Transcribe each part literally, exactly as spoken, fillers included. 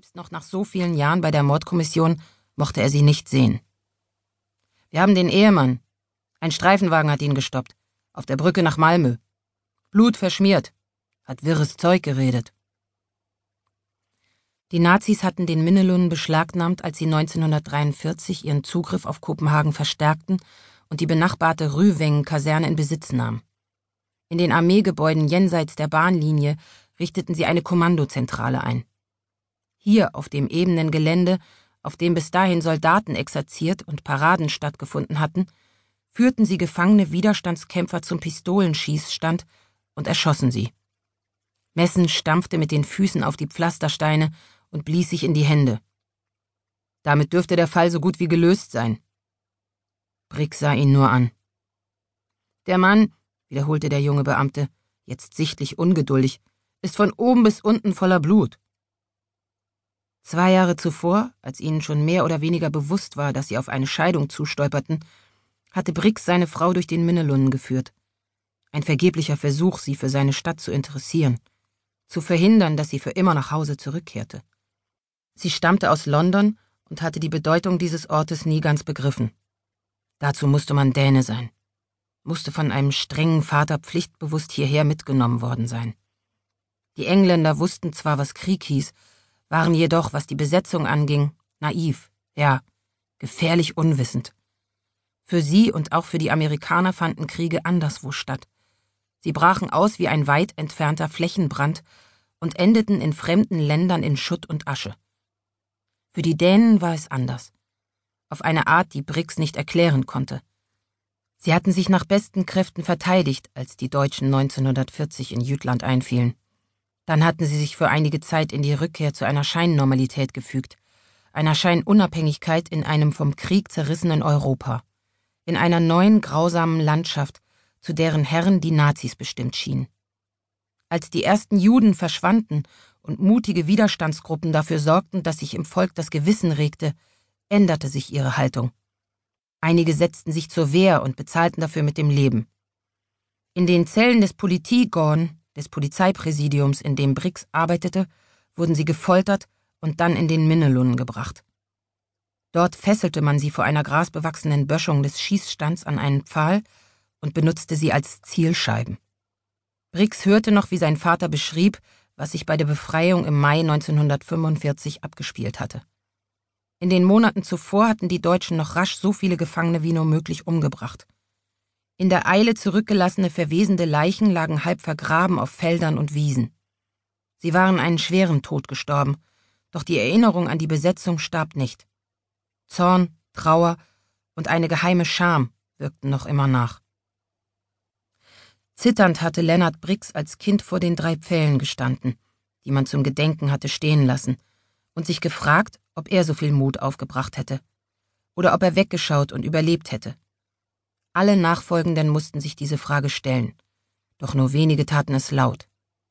Selbst noch nach so vielen Jahren bei der Mordkommission mochte er sie nicht sehen. »Wir haben den Ehemann. Ein Streifenwagen hat ihn gestoppt. Auf der Brücke nach Malmö. Blut verschmiert. Hat wirres Zeug geredet.« Die Nazis hatten den Minnelund beschlagnahmt, als sie neunzehnhundertdreiundvierzig ihren Zugriff auf Kopenhagen verstärkten und die benachbarte Rüwengen-Kaserne in Besitz nahmen. In den Armeegebäuden jenseits der Bahnlinie richteten sie eine Kommandozentrale ein. Hier, auf dem ebenen Gelände, auf dem bis dahin Soldaten exerziert und Paraden stattgefunden hatten, führten sie gefangene Widerstandskämpfer zum Pistolenschießstand und erschossen sie. Messen stampfte mit den Füßen auf die Pflastersteine und blies sich in die Hände. Damit dürfte der Fall so gut wie gelöst sein. Brix sah ihn nur an. »Der Mann«, wiederholte der junge Beamte, jetzt sichtlich ungeduldig, »ist von oben bis unten voller Blut.« Zwei Jahre zuvor, als ihnen schon mehr oder weniger bewusst war, dass sie auf eine Scheidung zustolperten, hatte Brix seine Frau durch den Minnelund geführt. Ein vergeblicher Versuch, sie für seine Stadt zu interessieren, zu verhindern, dass sie für immer nach Hause zurückkehrte. Sie stammte aus London und hatte die Bedeutung dieses Ortes nie ganz begriffen. Dazu musste man Däne sein, musste von einem strengen Vater pflichtbewusst hierher mitgenommen worden sein. Die Engländer wussten zwar, was Krieg hieß, waren jedoch, was die Besetzung anging, naiv, ja, gefährlich unwissend. Für sie und auch für die Amerikaner fanden Kriege anderswo statt. Sie brachen aus wie ein weit entfernter Flächenbrand und endeten in fremden Ländern in Schutt und Asche. Für die Dänen war es anders. Auf eine Art, die Brix nicht erklären konnte. Sie hatten sich nach besten Kräften verteidigt, als die Deutschen neunzehnhundertvierzig in Jütland einfielen. Dann hatten sie sich für einige Zeit in die Rückkehr zu einer Scheinnormalität gefügt, einer Scheinunabhängigkeit in einem vom Krieg zerrissenen Europa, in einer neuen grausamen Landschaft, zu deren Herren die Nazis bestimmt schienen. Als die ersten Juden verschwanden und mutige Widerstandsgruppen dafür sorgten, dass sich im Volk das Gewissen regte, änderte sich ihre Haltung. Einige setzten sich zur Wehr und bezahlten dafür mit dem Leben. In den Zellen des Politigorn, des Polizeipräsidiums, in dem Brix arbeitete, wurden sie gefoltert und dann in den Minnelund gebracht. Dort fesselte man sie vor einer grasbewachsenen Böschung des Schießstands an einen Pfahl und benutzte sie als Zielscheiben. Brix hörte noch, wie sein Vater beschrieb, was sich bei der Befreiung im Mai neunzehnhundertfünfundvierzig abgespielt hatte. In den Monaten zuvor hatten die Deutschen noch rasch so viele Gefangene wie nur möglich umgebracht. In der Eile zurückgelassene, verwesende Leichen lagen halb vergraben auf Feldern und Wiesen. Sie waren einen schweren Tod gestorben, doch die Erinnerung an die Besetzung starb nicht. Zorn, Trauer und eine geheime Scham wirkten noch immer nach. Zitternd hatte Lennart Brix als Kind vor den drei Pfählen gestanden, die man zum Gedenken hatte stehen lassen, und sich gefragt, ob er so viel Mut aufgebracht hätte oder ob er weggeschaut und überlebt hätte. Alle Nachfolgenden mussten sich diese Frage stellen, doch nur wenige taten es laut.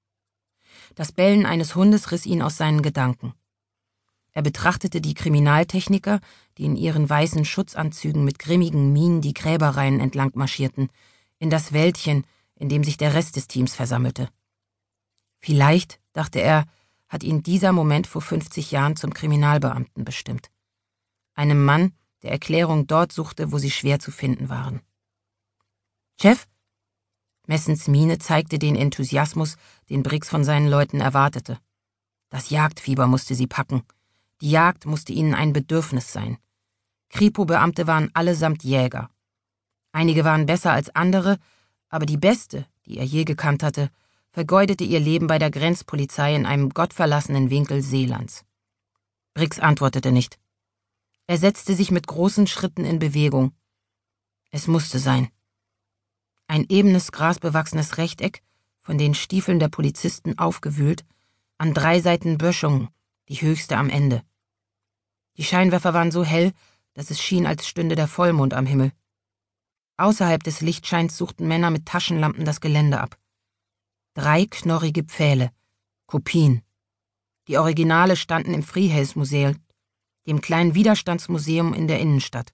Das Bellen eines Hundes riss ihn aus seinen Gedanken. Er betrachtete die Kriminaltechniker, die in ihren weißen Schutzanzügen mit grimmigen Mienen die Gräberreihen entlang marschierten, in das Wäldchen, in dem sich der Rest des Teams versammelte. Vielleicht, dachte er, hat ihn dieser Moment vor fünfzig Jahren zum Kriminalbeamten bestimmt. Einem Mann, der Erklärung dort suchte, wo sie schwer zu finden waren. »Chef?« Messens Miene zeigte den Enthusiasmus, den Brix von seinen Leuten erwartete. Das Jagdfieber musste sie packen. Die Jagd musste ihnen ein Bedürfnis sein. Kripo-Beamte waren allesamt Jäger. Einige waren besser als andere, aber die beste, die er je gekannt hatte, vergeudete ihr Leben bei der Grenzpolizei in einem gottverlassenen Winkel Seelands. Brix antwortete nicht. Er setzte sich mit großen Schritten in Bewegung. Es musste sein. Ein ebenes, grasbewachsenes Rechteck, von den Stiefeln der Polizisten aufgewühlt, an drei Seiten Böschung, die höchste am Ende. Die Scheinwerfer waren so hell, dass es schien, als stünde der Vollmond am Himmel. Außerhalb des Lichtscheins suchten Männer mit Taschenlampen das Gelände ab. Drei knorrige Pfähle, Kopien. Die Originale standen im Friedhelms-Museum, dem kleinen Widerstandsmuseum in der Innenstadt.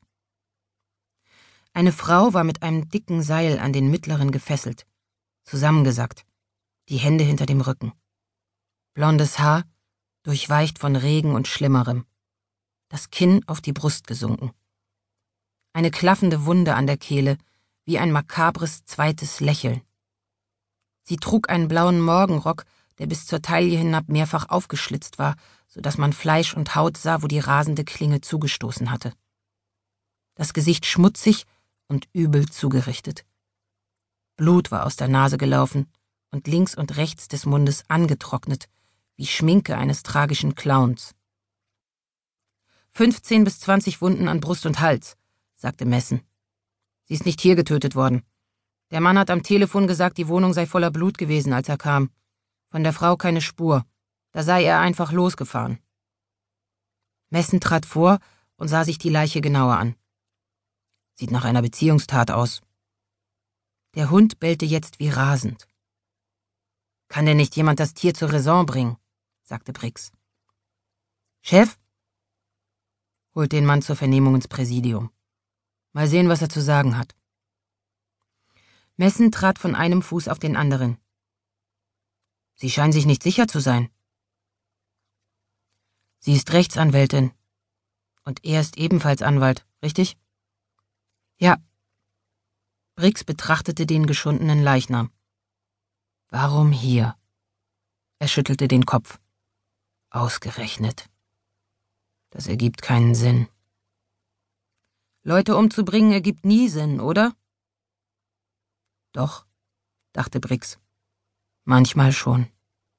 Eine Frau war mit einem dicken Seil an den mittleren gefesselt, zusammengesackt, die Hände hinter dem Rücken. Blondes Haar, durchweicht von Regen und Schlimmerem, das Kinn auf die Brust gesunken. Eine klaffende Wunde an der Kehle, wie ein makabres zweites Lächeln. Sie trug einen blauen Morgenrock, der bis zur Taille hinab mehrfach aufgeschlitzt war, so dass man Fleisch und Haut sah, wo die rasende Klinge zugestoßen hatte. Das Gesicht schmutzig und übel zugerichtet. Blut war aus der Nase gelaufen und links und rechts des Mundes angetrocknet, wie Schminke eines tragischen Clowns. Fünfzehn bis zwanzig Wunden an Brust und Hals, sagte Messen. Sie ist nicht hier getötet worden. Der Mann hat am Telefon gesagt, die Wohnung sei voller Blut gewesen, als er kam. Von der Frau keine Spur. Da sei er einfach losgefahren. Messen trat vor und sah sich die Leiche genauer an. Sieht nach einer Beziehungstat aus. Der Hund bellte jetzt wie rasend. Kann denn nicht jemand das Tier zur Raison bringen? Sagte Brix. Chef? Holt den Mann zur Vernehmung ins Präsidium. Mal sehen, was er zu sagen hat. Messen trat von einem Fuß auf den anderen. Sie scheinen sich nicht sicher zu sein. Sie ist Rechtsanwältin. Und er ist ebenfalls Anwalt, richtig? Ja. Brix betrachtete den geschundenen Leichnam. Warum hier? Er schüttelte den Kopf. Ausgerechnet. Das ergibt keinen Sinn. Leute umzubringen ergibt nie Sinn, oder? Doch, dachte Brix. Manchmal schon.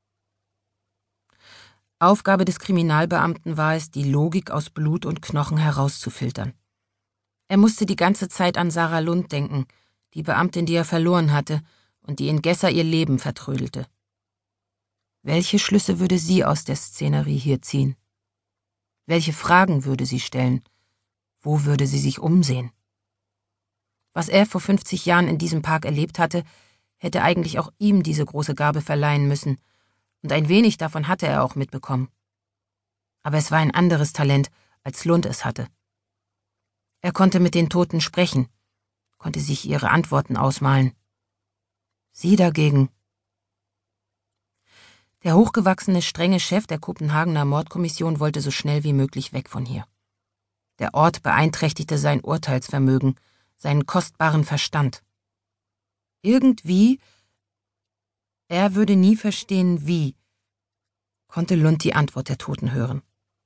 Aufgabe des Kriminalbeamten war es, die Logik aus Blut und Knochen herauszufiltern. Er musste die ganze Zeit an Sarah Lund denken, die Beamtin, die er verloren hatte und die in Gessa ihr Leben vertrödelte. Welche Schlüsse würde sie aus der Szenerie hier ziehen? Welche Fragen würde sie stellen? Wo würde sie sich umsehen? Was er vor fünfzig Jahren in diesem Park erlebt hatte, hätte eigentlich auch ihm diese große Gabe verleihen müssen, und ein wenig davon hatte er auch mitbekommen. Aber es war ein anderes Talent, als Lund es hatte. Er konnte mit den Toten sprechen, konnte sich ihre Antworten ausmalen. Sie dagegen. Der hochgewachsene, strenge Chef der Kopenhagener Mordkommission wollte so schnell wie möglich weg von hier. Der Ort beeinträchtigte sein Urteilsvermögen, seinen kostbaren Verstand. Irgendwie, er würde nie verstehen, wie, konnte Lund die Antwort der Toten hören.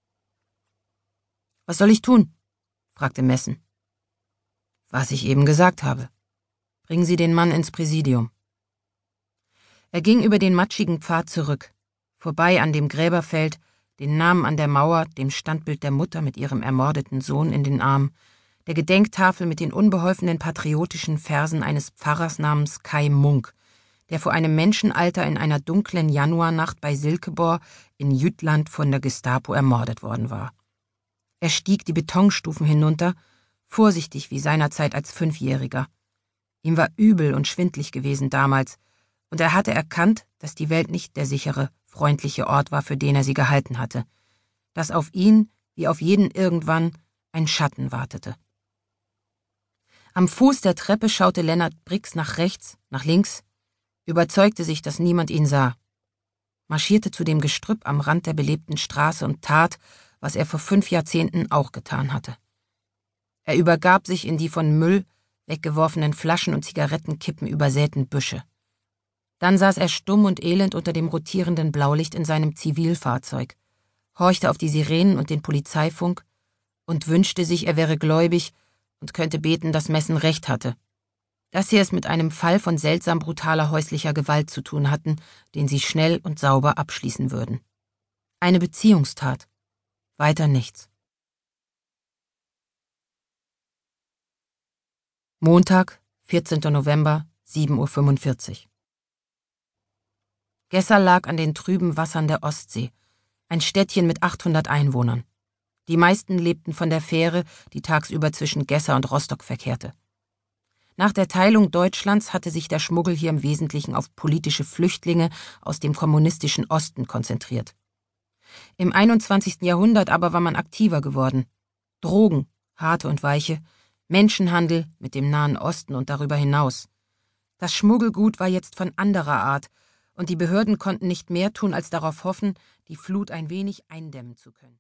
Was soll ich tun? Fragte Messen. Was ich eben gesagt habe. Bringen Sie den Mann ins Präsidium. Er ging über den matschigen Pfad zurück, vorbei an dem Gräberfeld, den Namen an der Mauer, dem Standbild der Mutter mit ihrem ermordeten Sohn in den Armen, der Gedenktafel mit den unbeholfenen patriotischen Versen eines Pfarrers namens Kai Munk, der vor einem Menschenalter in einer dunklen Januarnacht bei Silkeborg in Jütland von der Gestapo ermordet worden war. Er stieg die Betonstufen hinunter, vorsichtig wie seinerzeit als Fünfjähriger. Ihm war übel und schwindlig gewesen damals, und er hatte erkannt, dass die Welt nicht der sichere, freundliche Ort war, für den er sie gehalten hatte, dass auf ihn, wie auf jeden irgendwann, ein Schatten wartete. Am Fuß der Treppe schaute Lennart Brix nach rechts, nach links, überzeugte sich, dass niemand ihn sah, marschierte zu dem Gestrüpp am Rand der belebten Straße und tat, was er vor fünf Jahrzehnten auch getan hatte. Er übergab sich in die von Müll, weggeworfenen Flaschen und Zigarettenkippen übersäten Büsche. Dann saß er stumm und elend unter dem rotierenden Blaulicht in seinem Zivilfahrzeug, horchte auf die Sirenen und den Polizeifunk und wünschte sich, er wäre gläubig und könnte beten, dass Messen recht hatte, dass sie es mit einem Fall von seltsam brutaler häuslicher Gewalt zu tun hatten, den sie schnell und sauber abschließen würden. Eine Beziehungstat. Weiter nichts. Montag, vierzehnter November, sieben Uhr fünfundvierzig. Gessa lag an den trüben Wassern der Ostsee, ein Städtchen mit achthundert Einwohnern. Die meisten lebten von der Fähre, die tagsüber zwischen Gessa und Rostock verkehrte. Nach der Teilung Deutschlands hatte sich der Schmuggel hier im Wesentlichen auf politische Flüchtlinge aus dem kommunistischen Osten konzentriert. Im einundzwanzigsten Jahrhundert aber war man aktiver geworden. Drogen, harte und weiche, Menschenhandel mit dem Nahen Osten und darüber hinaus. Das Schmuggelgut war jetzt von anderer Art, und die Behörden konnten nicht mehr tun, als darauf hoffen, die Flut ein wenig eindämmen zu können.